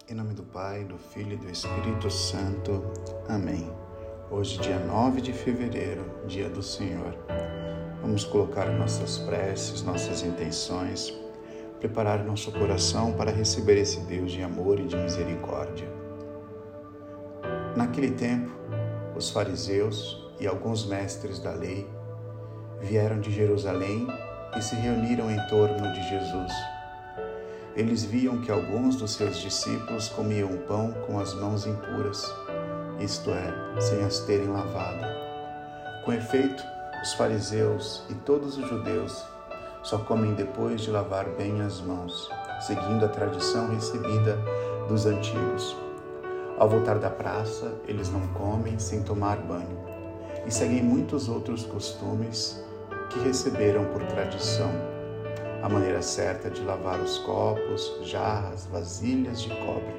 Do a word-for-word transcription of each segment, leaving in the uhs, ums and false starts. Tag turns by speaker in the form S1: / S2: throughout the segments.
S1: Em nome do Pai, do Filho e do Espírito Santo. Amém. Hoje, dia nove de fevereiro, dia do Senhor. Vamos colocar nossas preces, nossas intenções, preparar nosso coração para receber esse Deus de amor e de misericórdia. Naquele tempo, os fariseus e alguns mestres da lei vieram de Jerusalém e se reuniram em torno de Jesus. Eles viam que alguns dos seus discípulos comiam pão com as mãos impuras, isto é, sem as terem lavado. Com efeito, os fariseus e todos os judeus só comem depois de lavar bem as mãos, seguindo a tradição recebida dos antigos. Ao voltar da praça, eles não comem sem tomar banho e seguem muitos outros costumes que receberam por tradição. A maneira certa de lavar os copos, jarras, vasilhas de cobre.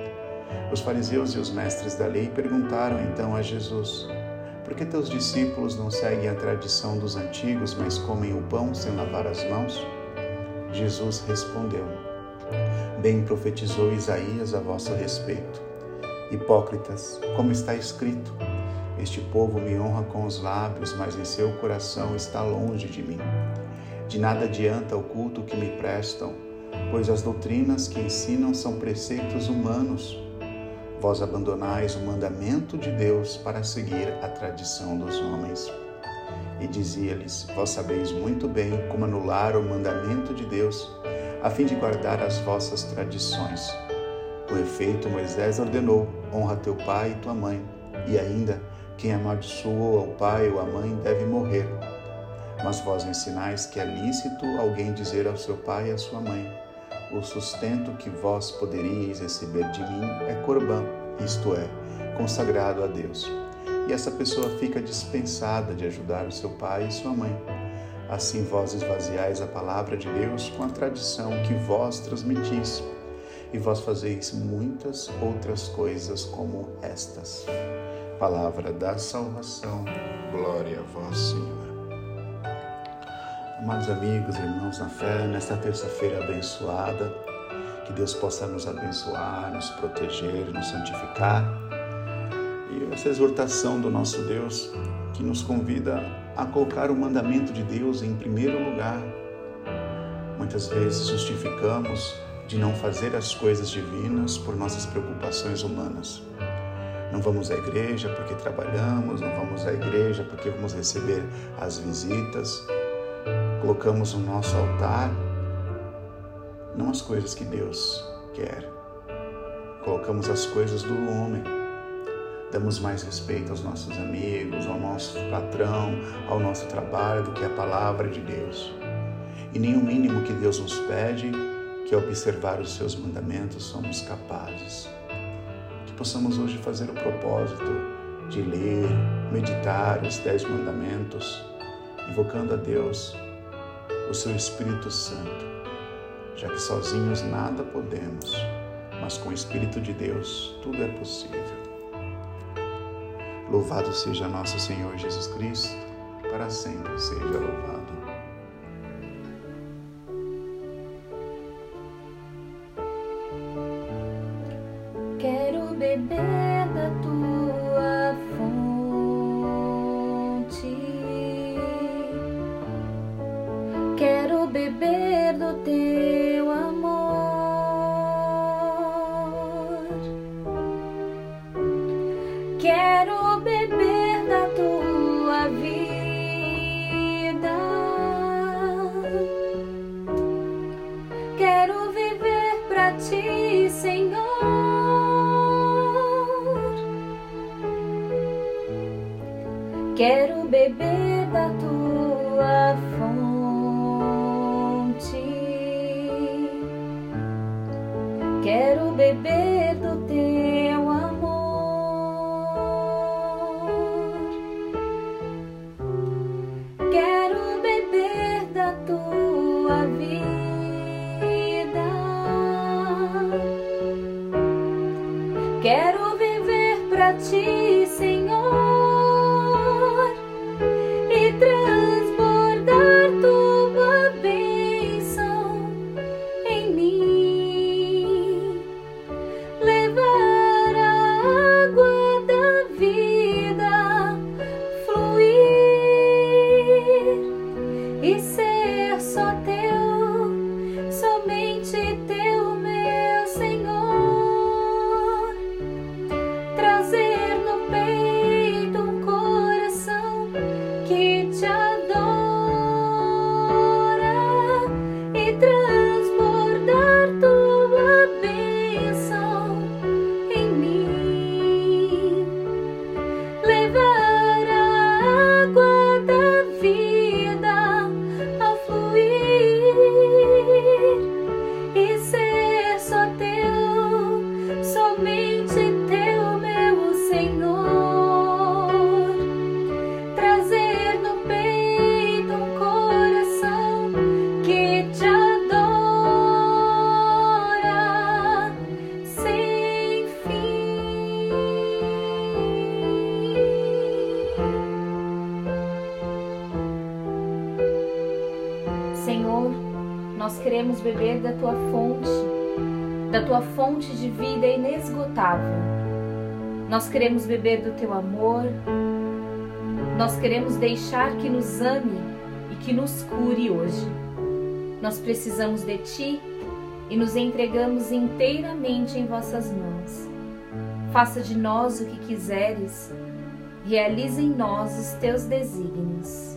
S1: Os fariseus e os mestres da lei perguntaram então a Jesus: por que teus discípulos não seguem a tradição dos antigos, mas comem o pão sem lavar as mãos? Jesus respondeu: bem profetizou Isaías a vosso respeito. Hipócritas, como está escrito: este povo me honra com os lábios, mas em seu coração está longe de mim. De nada adianta o culto que me prestam, pois as doutrinas que ensinam são preceitos humanos. Vós abandonais o mandamento de Deus para seguir a tradição dos homens. E dizia-lhes: vós sabeis muito bem como anular o mandamento de Deus, a fim de guardar as vossas tradições. Com efeito, Moisés ordenou: honra teu pai e tua mãe, e ainda, quem amaldiçoou ao pai ou à mãe deve morrer. Mas vós ensinais que é lícito alguém dizer ao seu pai e à sua mãe: o sustento que vós poderíeis receber de mim é corbã, isto é, consagrado a Deus. E essa pessoa fica dispensada de ajudar o seu pai e sua mãe. Assim vós esvaziais a palavra de Deus com a tradição que vós transmitis, e vós fazeis muitas outras coisas como estas. Palavra da salvação, glória a vós, Senhor. Amados amigos, irmãos na fé, nesta terça-feira abençoada, que Deus possa nos abençoar, nos proteger, nos santificar. E essa exortação do nosso Deus que nos convida a colocar o mandamento de Deus em primeiro lugar. Muitas vezes justificamos de não fazer as coisas divinas por nossas preocupações humanas. Não vamos à igreja porque trabalhamos, não vamos à igreja porque vamos receber as visitas. Colocamos no nosso altar não as coisas que Deus quer. Colocamos as coisas do homem. Damos mais respeito aos nossos amigos, ao nosso patrão, ao nosso trabalho do que a palavra de Deus. E nem o mínimo que Deus nos pede, que é observar os seus mandamentos, somos capazes. Que possamos hoje fazer o propósito de ler, meditar os dez mandamentos, invocando a Deus, o seu Espírito Santo, já que sozinhos nada podemos, mas com o Espírito de Deus tudo é possível. Louvado seja nosso Senhor Jesus Cristo, para sempre seja louvado.
S2: Quero beber da tua fonte, quero beber do teu amor, quero beber da tua vida, quero viver pra ti, Senhor. Quero beber da tua fonte, quero beber do teu amor, quero beber da tua vida, quero viver pra ti, Senhor. Transbordar tua bênção em mim. nós queremos beber da tua fonte, da tua fonte de vida inesgotável. Nós queremos beber do teu amor, nós queremos deixar que nos ame e que nos cure hoje. Nós precisamos de ti e nos entregamos inteiramente em vossas mãos. Faça de nós o que quiseres, realize em nós os teus desígnios.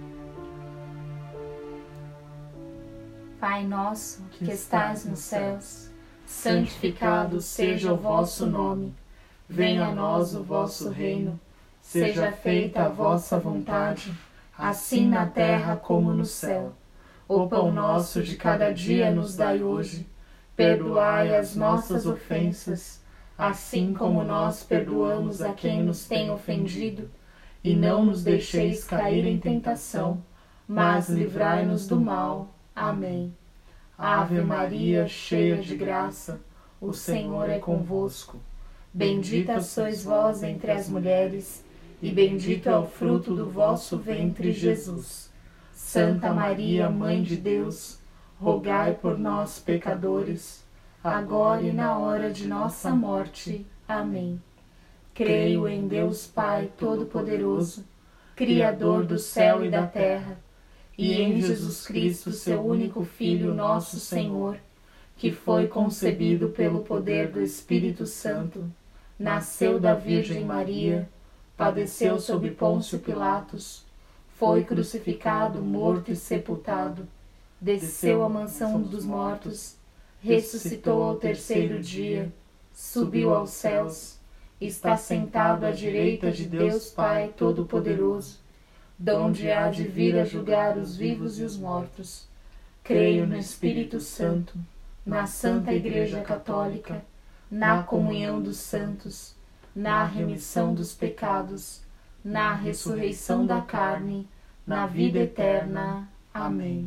S2: Pai nosso, que estais nos céus, santificado seja o vosso nome. Venha a nós o vosso reino. Seja feita a vossa vontade, assim na terra como no céu. O pão nosso de cada dia nos dai hoje. Perdoai as nossas ofensas, assim como nós perdoamos a quem nos tem ofendido. E não nos deixeis cair em tentação, mas livrai-nos do mal. Amém. Ave Maria, cheia de graça, o Senhor é convosco. Bendita sois vós entre as mulheres, e bendito é o fruto do vosso ventre, Jesus. Santa Maria, Mãe de Deus, rogai por nós, pecadores, agora e na hora de nossa morte. Amém. Creio em Deus Pai Todo-Poderoso, Criador do céu e da terra, e em Jesus Cristo, seu único Filho, nosso Senhor, que foi concebido pelo poder do Espírito Santo, nasceu da Virgem Maria, padeceu sob Pôncio Pilatos, foi crucificado, morto e sepultado, desceu à mansão dos mortos, ressuscitou ao terceiro dia, subiu aos céus, está sentado à direita de Deus Pai Todo-Poderoso, donde há de vir a julgar os vivos e os mortos. Creio no Espírito Santo, na Santa Igreja Católica, na comunhão dos santos, na remissão dos pecados, na ressurreição da carne, na vida eterna. Amém.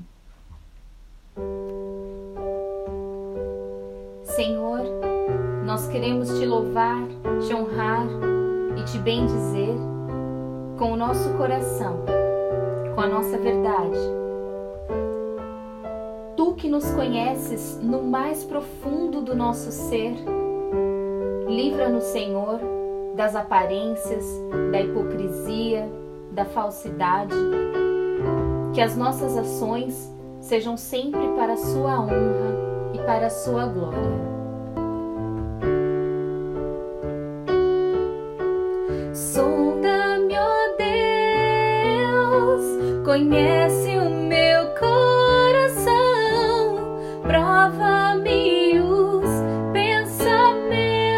S2: Senhor, nós queremos te louvar, te honrar e te bendizer com o nosso coração, com a nossa verdade. Tu que nos conheces no mais profundo do nosso ser, livra-nos, Senhor, das aparências, da hipocrisia, da falsidade. Que as nossas ações sejam sempre para a sua honra e para a sua glória. Sonda-me, ó Deus, conhece o meu coração, prova-me os pensamentos,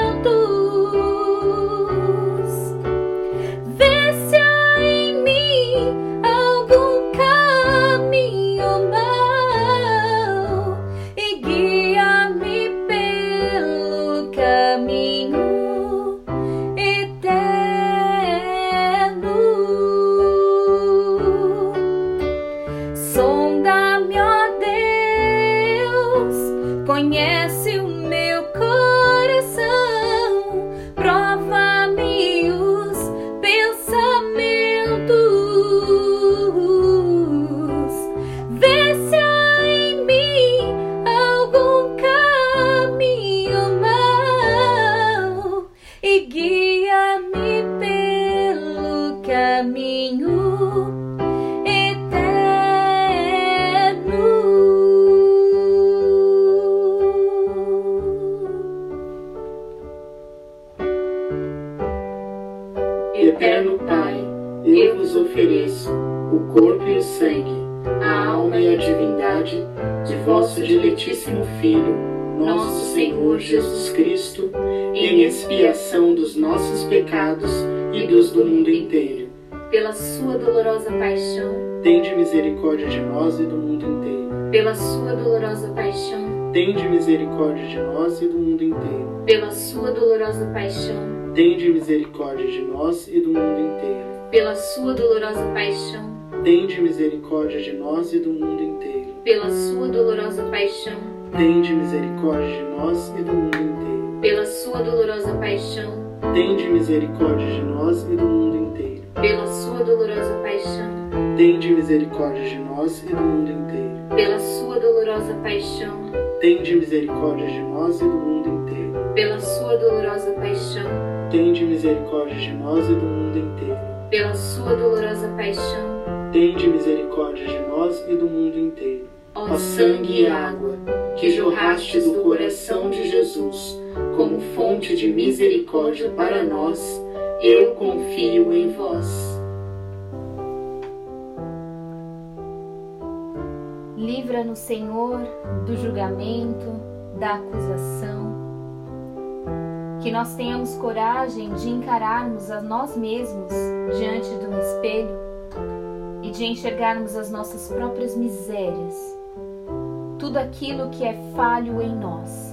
S2: vê se há em mim algum caminho mau e guia-me pelo caminho conhece o meu coração, prova-me os pensamentos, vê se há em mim algum caminho mau e guia-me pelo caminho
S3: Eterno Pai, eu vos ofereço o corpo e o sangue, a alma e a divindade de vosso diletíssimo Filho, nosso Senhor Jesus Cristo, em expiação dos nossos pecados e dos do mundo inteiro.
S2: Pela sua dolorosa paixão,
S3: tende misericórdia de nós e do mundo inteiro.
S2: Pela sua dolorosa paixão,
S3: tende misericórdia de nós e do mundo inteiro.
S2: Pela sua dolorosa paixão,
S3: tende misericórdia de nós e do mundo inteiro.
S2: Pela sua dolorosa paixão,
S3: tende misericórdia de nós e do mundo inteiro.
S2: Pela sua dolorosa paixão,
S3: tende misericórdia de nós e do mundo inteiro.
S2: Pela sua dolorosa paixão,
S3: tende misericórdia de nós e do mundo inteiro.
S2: Pela sua dolorosa paixão,
S3: tende misericórdia de nós e do mundo inteiro.
S2: pela sua dolorosa paixão,
S3: tende misericórdia de nós e do mundo inteiro.
S2: pela sua dolorosa paixão,
S3: Tende misericórdia de nós e do mundo inteiro.
S2: pela sua dolorosa paixão,
S3: Tende misericórdia de nós e do mundo inteiro.
S2: ó sangue e água, que jorrastes do coração de Jesus, como fonte de misericórdia para nós, eu confio em vós.
S4: Livra-nos, Senhor, do julgamento, da acusação. Que nós tenhamos coragem de encararmos a nós mesmos diante de um espelho e de enxergarmos as nossas próprias misérias, tudo aquilo que é falho em nós,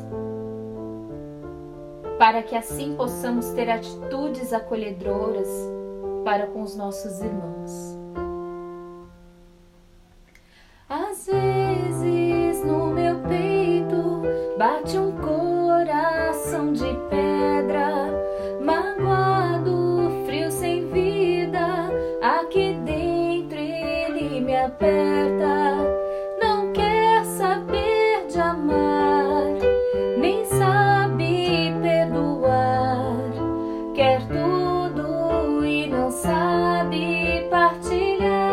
S4: para que assim possamos ter atitudes acolhedoras para com os nossos irmãos. Às vezes no meu peito bate um coração de pedra, magoado, frio, sem vida. Aqui dentro ele me aperta, não quer saber de amar, nem sabe perdoar, quer tudo e não sabe partilhar.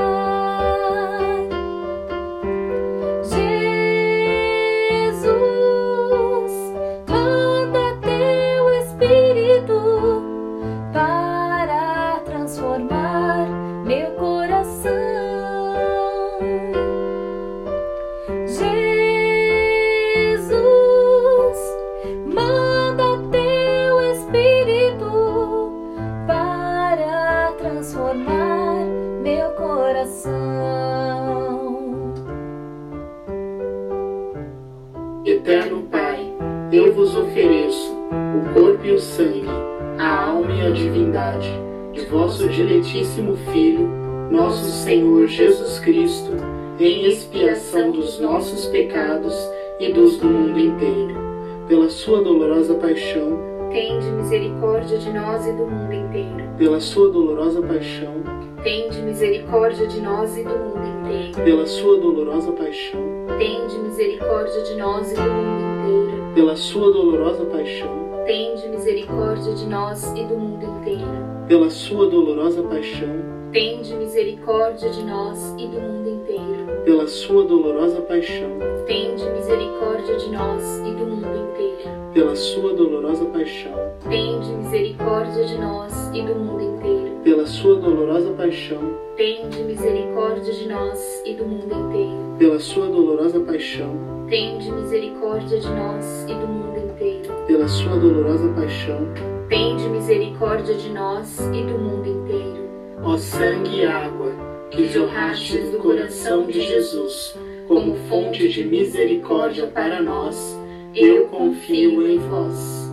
S3: Eterno Pai, eu vos ofereço o corpo e o sangue, a alma e a divindade de vosso diletíssimo Filho, nosso Senhor Jesus Cristo, em expiação dos nossos pecados e dos do mundo inteiro. Pela sua dolorosa paixão,
S2: Tende misericórdia de nós e do mundo inteiro.
S3: pela sua dolorosa paixão,
S2: Tende misericórdia de nós e do mundo inteiro.
S3: pela sua dolorosa paixão,
S2: Tende misericórdia de nós e do mundo inteiro.
S3: pela sua dolorosa paixão,
S2: Tende misericórdia de nós e do mundo inteiro.
S3: pela sua dolorosa paixão,
S2: Tende misericórdia de nós e do mundo inteiro.
S3: pela sua dolorosa paixão,
S2: Tende misericórdia de nós e do mundo inteiro.
S3: pela sua dolorosa paixão,
S2: Tende misericórdia de nós e do mundo inteiro.
S3: pela sua dolorosa paixão,
S2: Tende misericórdia de nós e do mundo inteiro.
S3: pela sua dolorosa paixão,
S2: Tende misericórdia de nós e do mundo inteiro.
S3: pela sua dolorosa paixão,
S2: Tende misericórdia de nós e do mundo inteiro.
S3: ó sangue e água, que jorrastes do coração de Jesus, como fonte de misericórdia para nós, eu confio em vós.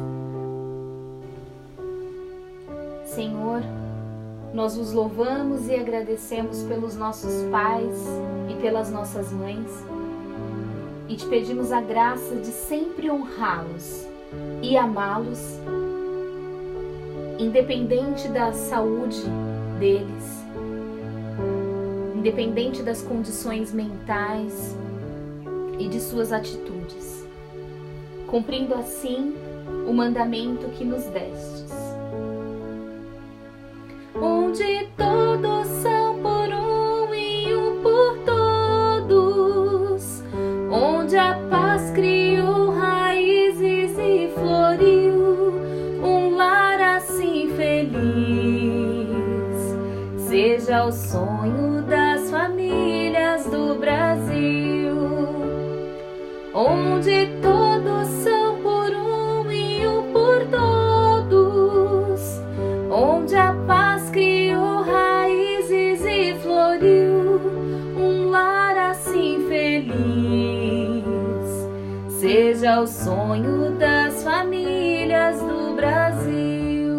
S4: Senhor, nós vos louvamos e agradecemos pelos nossos pais e pelas nossas mães, e te pedimos a graça de sempre honrá-los e amá-los, independente da saúde deles, independente das condições mentais e de suas atitudes, cumprindo assim o mandamento que nos destes. Onde todos são por um e um por todos, onde a paz criou raízes e floriu, um lar assim feliz, seja o sonho das famílias do Brasil. Onde todos são por um e um por todos, onde a paz criou raízes e floriu, um lar assim feliz, seja o sonho das famílias do Brasil.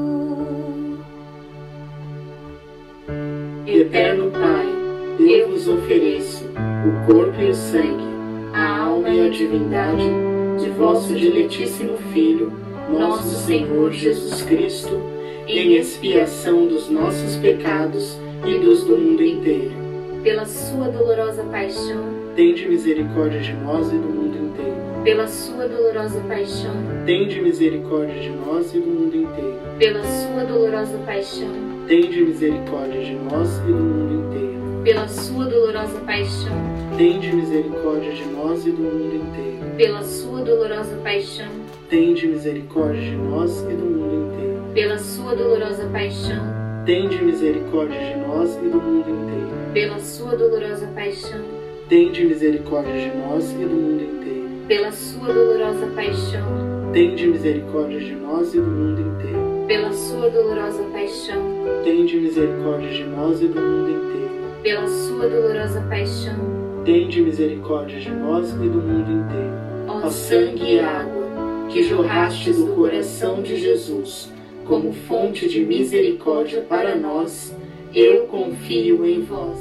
S3: Eterno Pai, eu vos ofereço o corpo e o sangue, a alma e a divindade de vosso diletíssimo Filho, nosso Senhor Jesus Cristo, em expiação dos nossos pecados e dos do mundo inteiro.
S2: Pela sua dolorosa paixão,
S3: tende misericórdia de nós e do mundo inteiro.
S4: Pela sua dolorosa paixão,
S3: Tende misericórdia de nós e do mundo inteiro.
S4: pela sua dolorosa paixão,
S3: Tende misericórdia de nós e do mundo inteiro.
S4: pela sua dolorosa paixão,
S3: Tende misericórdia de nós e do mundo inteiro.
S4: pela sua dolorosa paixão,
S3: Tende misericórdia de nós e do mundo inteiro.
S4: pela sua dolorosa paixão,
S3: Tende misericórdia de nós e do mundo inteiro.
S4: pela sua dolorosa paixão,
S3: Tende misericórdia de nós e do mundo inteiro.
S4: pela sua dolorosa paixão,
S3: Tende misericórdia de nós e do mundo inteiro.
S4: pela sua dolorosa paixão,
S3: Tende misericórdia de nós e do mundo inteiro.
S4: pela sua dolorosa paixão,
S3: Tende misericórdia de nós e do mundo inteiro.
S4: ó
S3: Ó sangue e água que jorrastes do coração de Jesus, como fonte de misericórdia para nós, eu confio em vós.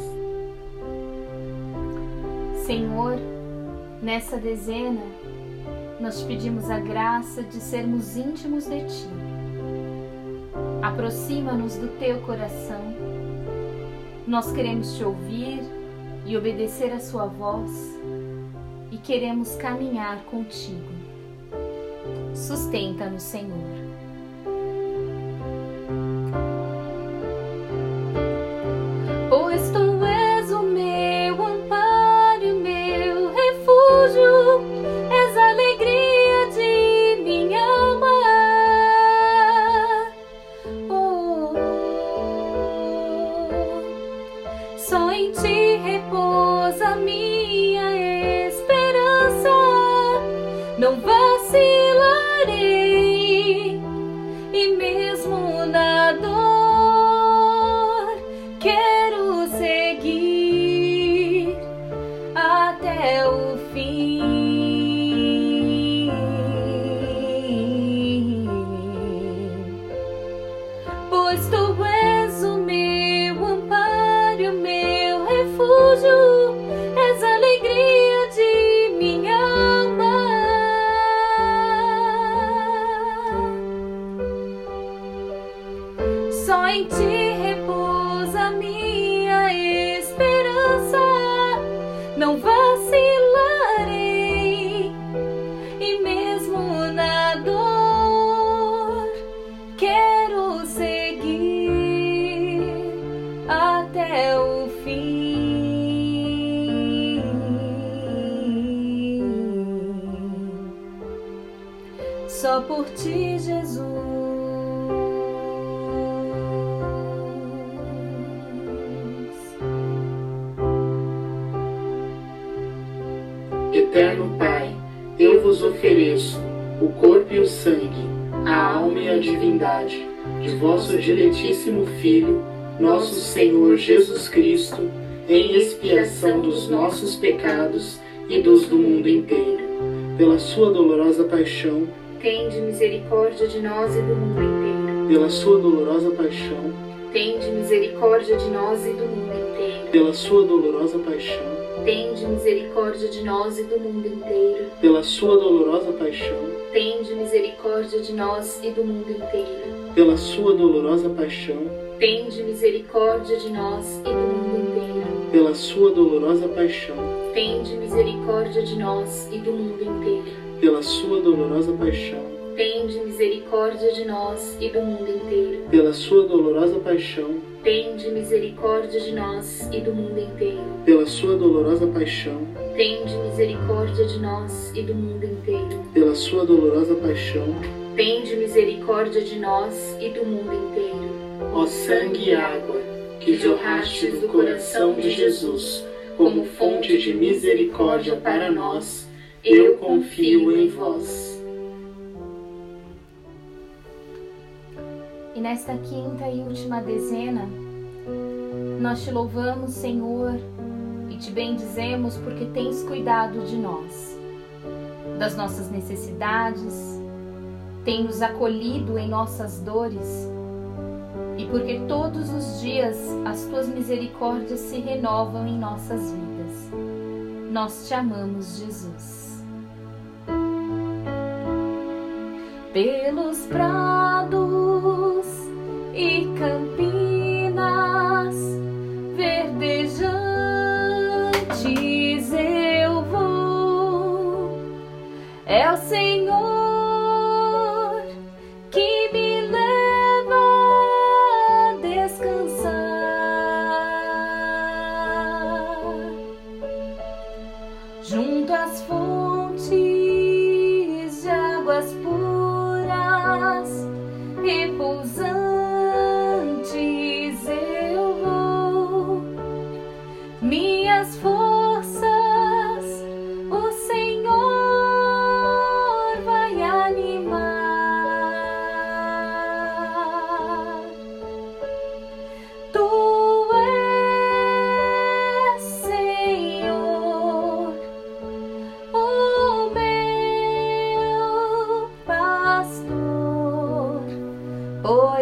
S4: Senhor, nessa dezena, nós te pedimos a graça de sermos íntimos de Ti. Aproxima-nos do Teu coração. Nós queremos Te ouvir e obedecer a Sua voz e queremos caminhar contigo. Sustenta-nos, Senhor. Pois Tu és o meu amparo e meu refúgio, és a alegria de minha alma. Oh, só em Ti repousa minha esperança, não vacilarei, e mesmo na dor quero seguir até o fim. Pois Tu és o meu amparo e o meu refúgio, és a alegria de minha alma. Só em Ti repousa minha esperança, não vacilarei, e mesmo na dor quero seguir até o fim. Só por Ti, Jesus.
S3: Eterno Pai, eu vos ofereço o corpo e o sangue, a alma e a divindade de vosso diletíssimo Filho, nosso Senhor Jesus Cristo, em expiação dos nossos pecados e dos do mundo inteiro. Pela sua dolorosa paixão,
S4: Tende misericórdia de nós e do mundo inteiro.
S3: pela sua dolorosa paixão,
S4: Tende misericórdia de nós e do mundo inteiro.
S3: pela sua dolorosa paixão,
S4: Tende misericórdia de nós e do mundo inteiro.
S3: pela sua dolorosa paixão,
S4: Tende misericórdia de nós e do mundo inteiro.
S3: pela sua dolorosa paixão,
S4: Tende misericórdia de nós e do mundo inteiro.
S3: pela sua dolorosa paixão,
S4: Tende misericórdia de nós e do mundo inteiro.
S3: pela sua dolorosa paixão,
S4: Tende misericórdia de nós e do mundo inteiro.
S3: pela sua dolorosa paixão,
S4: Tende misericórdia de nós e do mundo inteiro.
S3: pela sua dolorosa paixão,
S4: Tende misericórdia de nós e do mundo inteiro.
S3: pela sua dolorosa paixão,
S4: Tende misericórdia de nós e do mundo inteiro.
S3: ó sangue e água que jorrastes do coração de Jesus, como fonte de misericórdia para nós, eu confio em vós.
S4: E nesta quinta e última dezena, nós Te louvamos, Senhor, e Te bendizemos porque tens cuidado de nós, das nossas necessidades, tem nos acolhido em nossas dores, e porque todos os dias as Tuas misericórdias se renovam em nossas vidas. Nós Te amamos, Jesus. Pelos prados e campinas verdejantes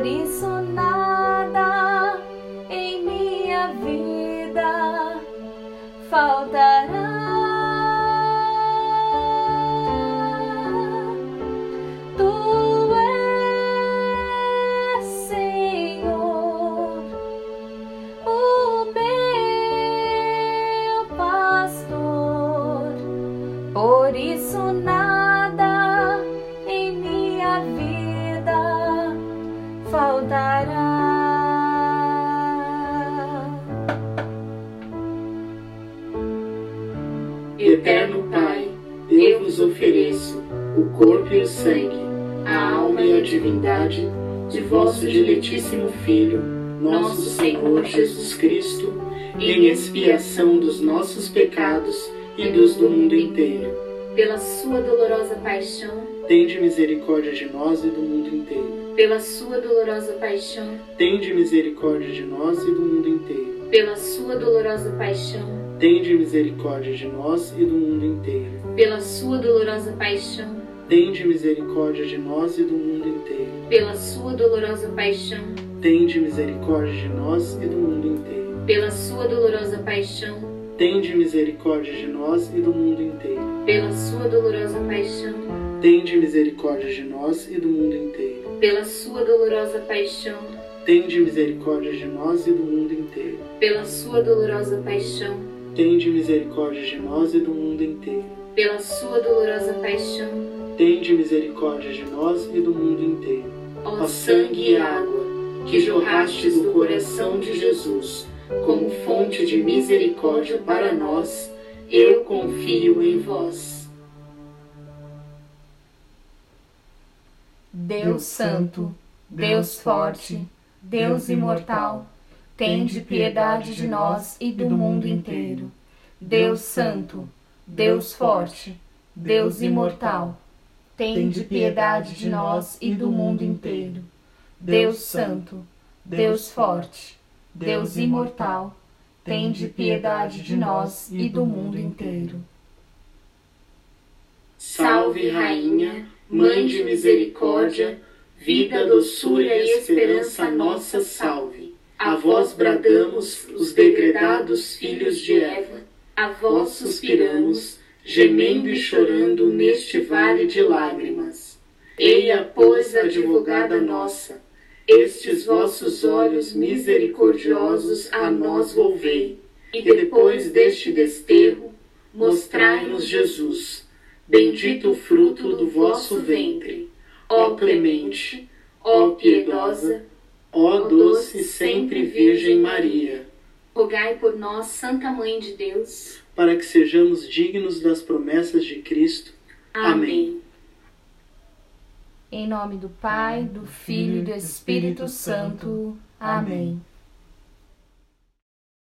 S4: isso nada em minha vida faltará. Tu és, Senhor, o meu pastor, por isso nada em minha vida faltará.
S3: Eterno Pai, eu vos ofereço o corpo e o sangue, a alma e a divindade de vosso diletíssimo Filho, nosso Senhor Jesus Cristo, em expiação dos nossos pecados e dos do mundo inteiro.
S4: Pela sua dolorosa paixão,
S3: Tende misericórdia de nós e do mundo inteiro.
S4: pela sua dolorosa paixão,
S3: Tende misericórdia de nós e do mundo inteiro.
S4: pela sua dolorosa paixão,
S3: Tende misericórdia de nós e do mundo inteiro.
S4: pela sua dolorosa paixão,
S3: Tende misericórdia de nós e do mundo inteiro.
S4: pela sua dolorosa paixão,
S3: Tende misericórdia de nós e do mundo inteiro.
S4: pela sua dolorosa paixão,
S3: Tende misericórdia de nós e do mundo inteiro.
S4: pela sua dolorosa paixão,
S3: Tende misericórdia de nós e do mundo inteiro.
S4: pela sua dolorosa paixão,
S3: Tende misericórdia de nós e do mundo inteiro.
S4: pela sua dolorosa paixão,
S3: Tende misericórdia de nós e do mundo inteiro.
S4: pela sua dolorosa paixão,
S3: Tende misericórdia de nós e do mundo inteiro.
S4: ó
S3: Ó sangue e água, que jorrastes do coração de Jesus, como fonte de misericórdia para nós, eu confio em vós.
S4: Deus Santo, Deus Forte, Deus Imortal, tende piedade de nós e do mundo inteiro. Deus Santo, Deus Forte, Deus Imortal, tende piedade de nós e do mundo inteiro. Deus Santo, Deus Forte, Deus Imortal, tende piedade de nós e do mundo inteiro.
S3: Salve, Rainha, Mãe de Misericórdia, vida, doçura e esperança nossa, salve. A vós bradamos, os degredados filhos de Eva, a vós suspiramos, gemendo e chorando neste vale de lágrimas. Eia, pois, advogada nossa, estes vossos olhos misericordiosos a nós volvei, e depois deste desterro, mostrai-nos Jesus, bendito o fruto do vosso ventre. Ó clemente, ó piedosa, ó doce sempre Virgem Maria,
S4: Rogai por nós, Santa Mãe de Deus,
S3: para que sejamos dignos das promessas de Cristo. Amém.
S4: Em nome do Pai, do Filho e do Espírito Santo. Amém.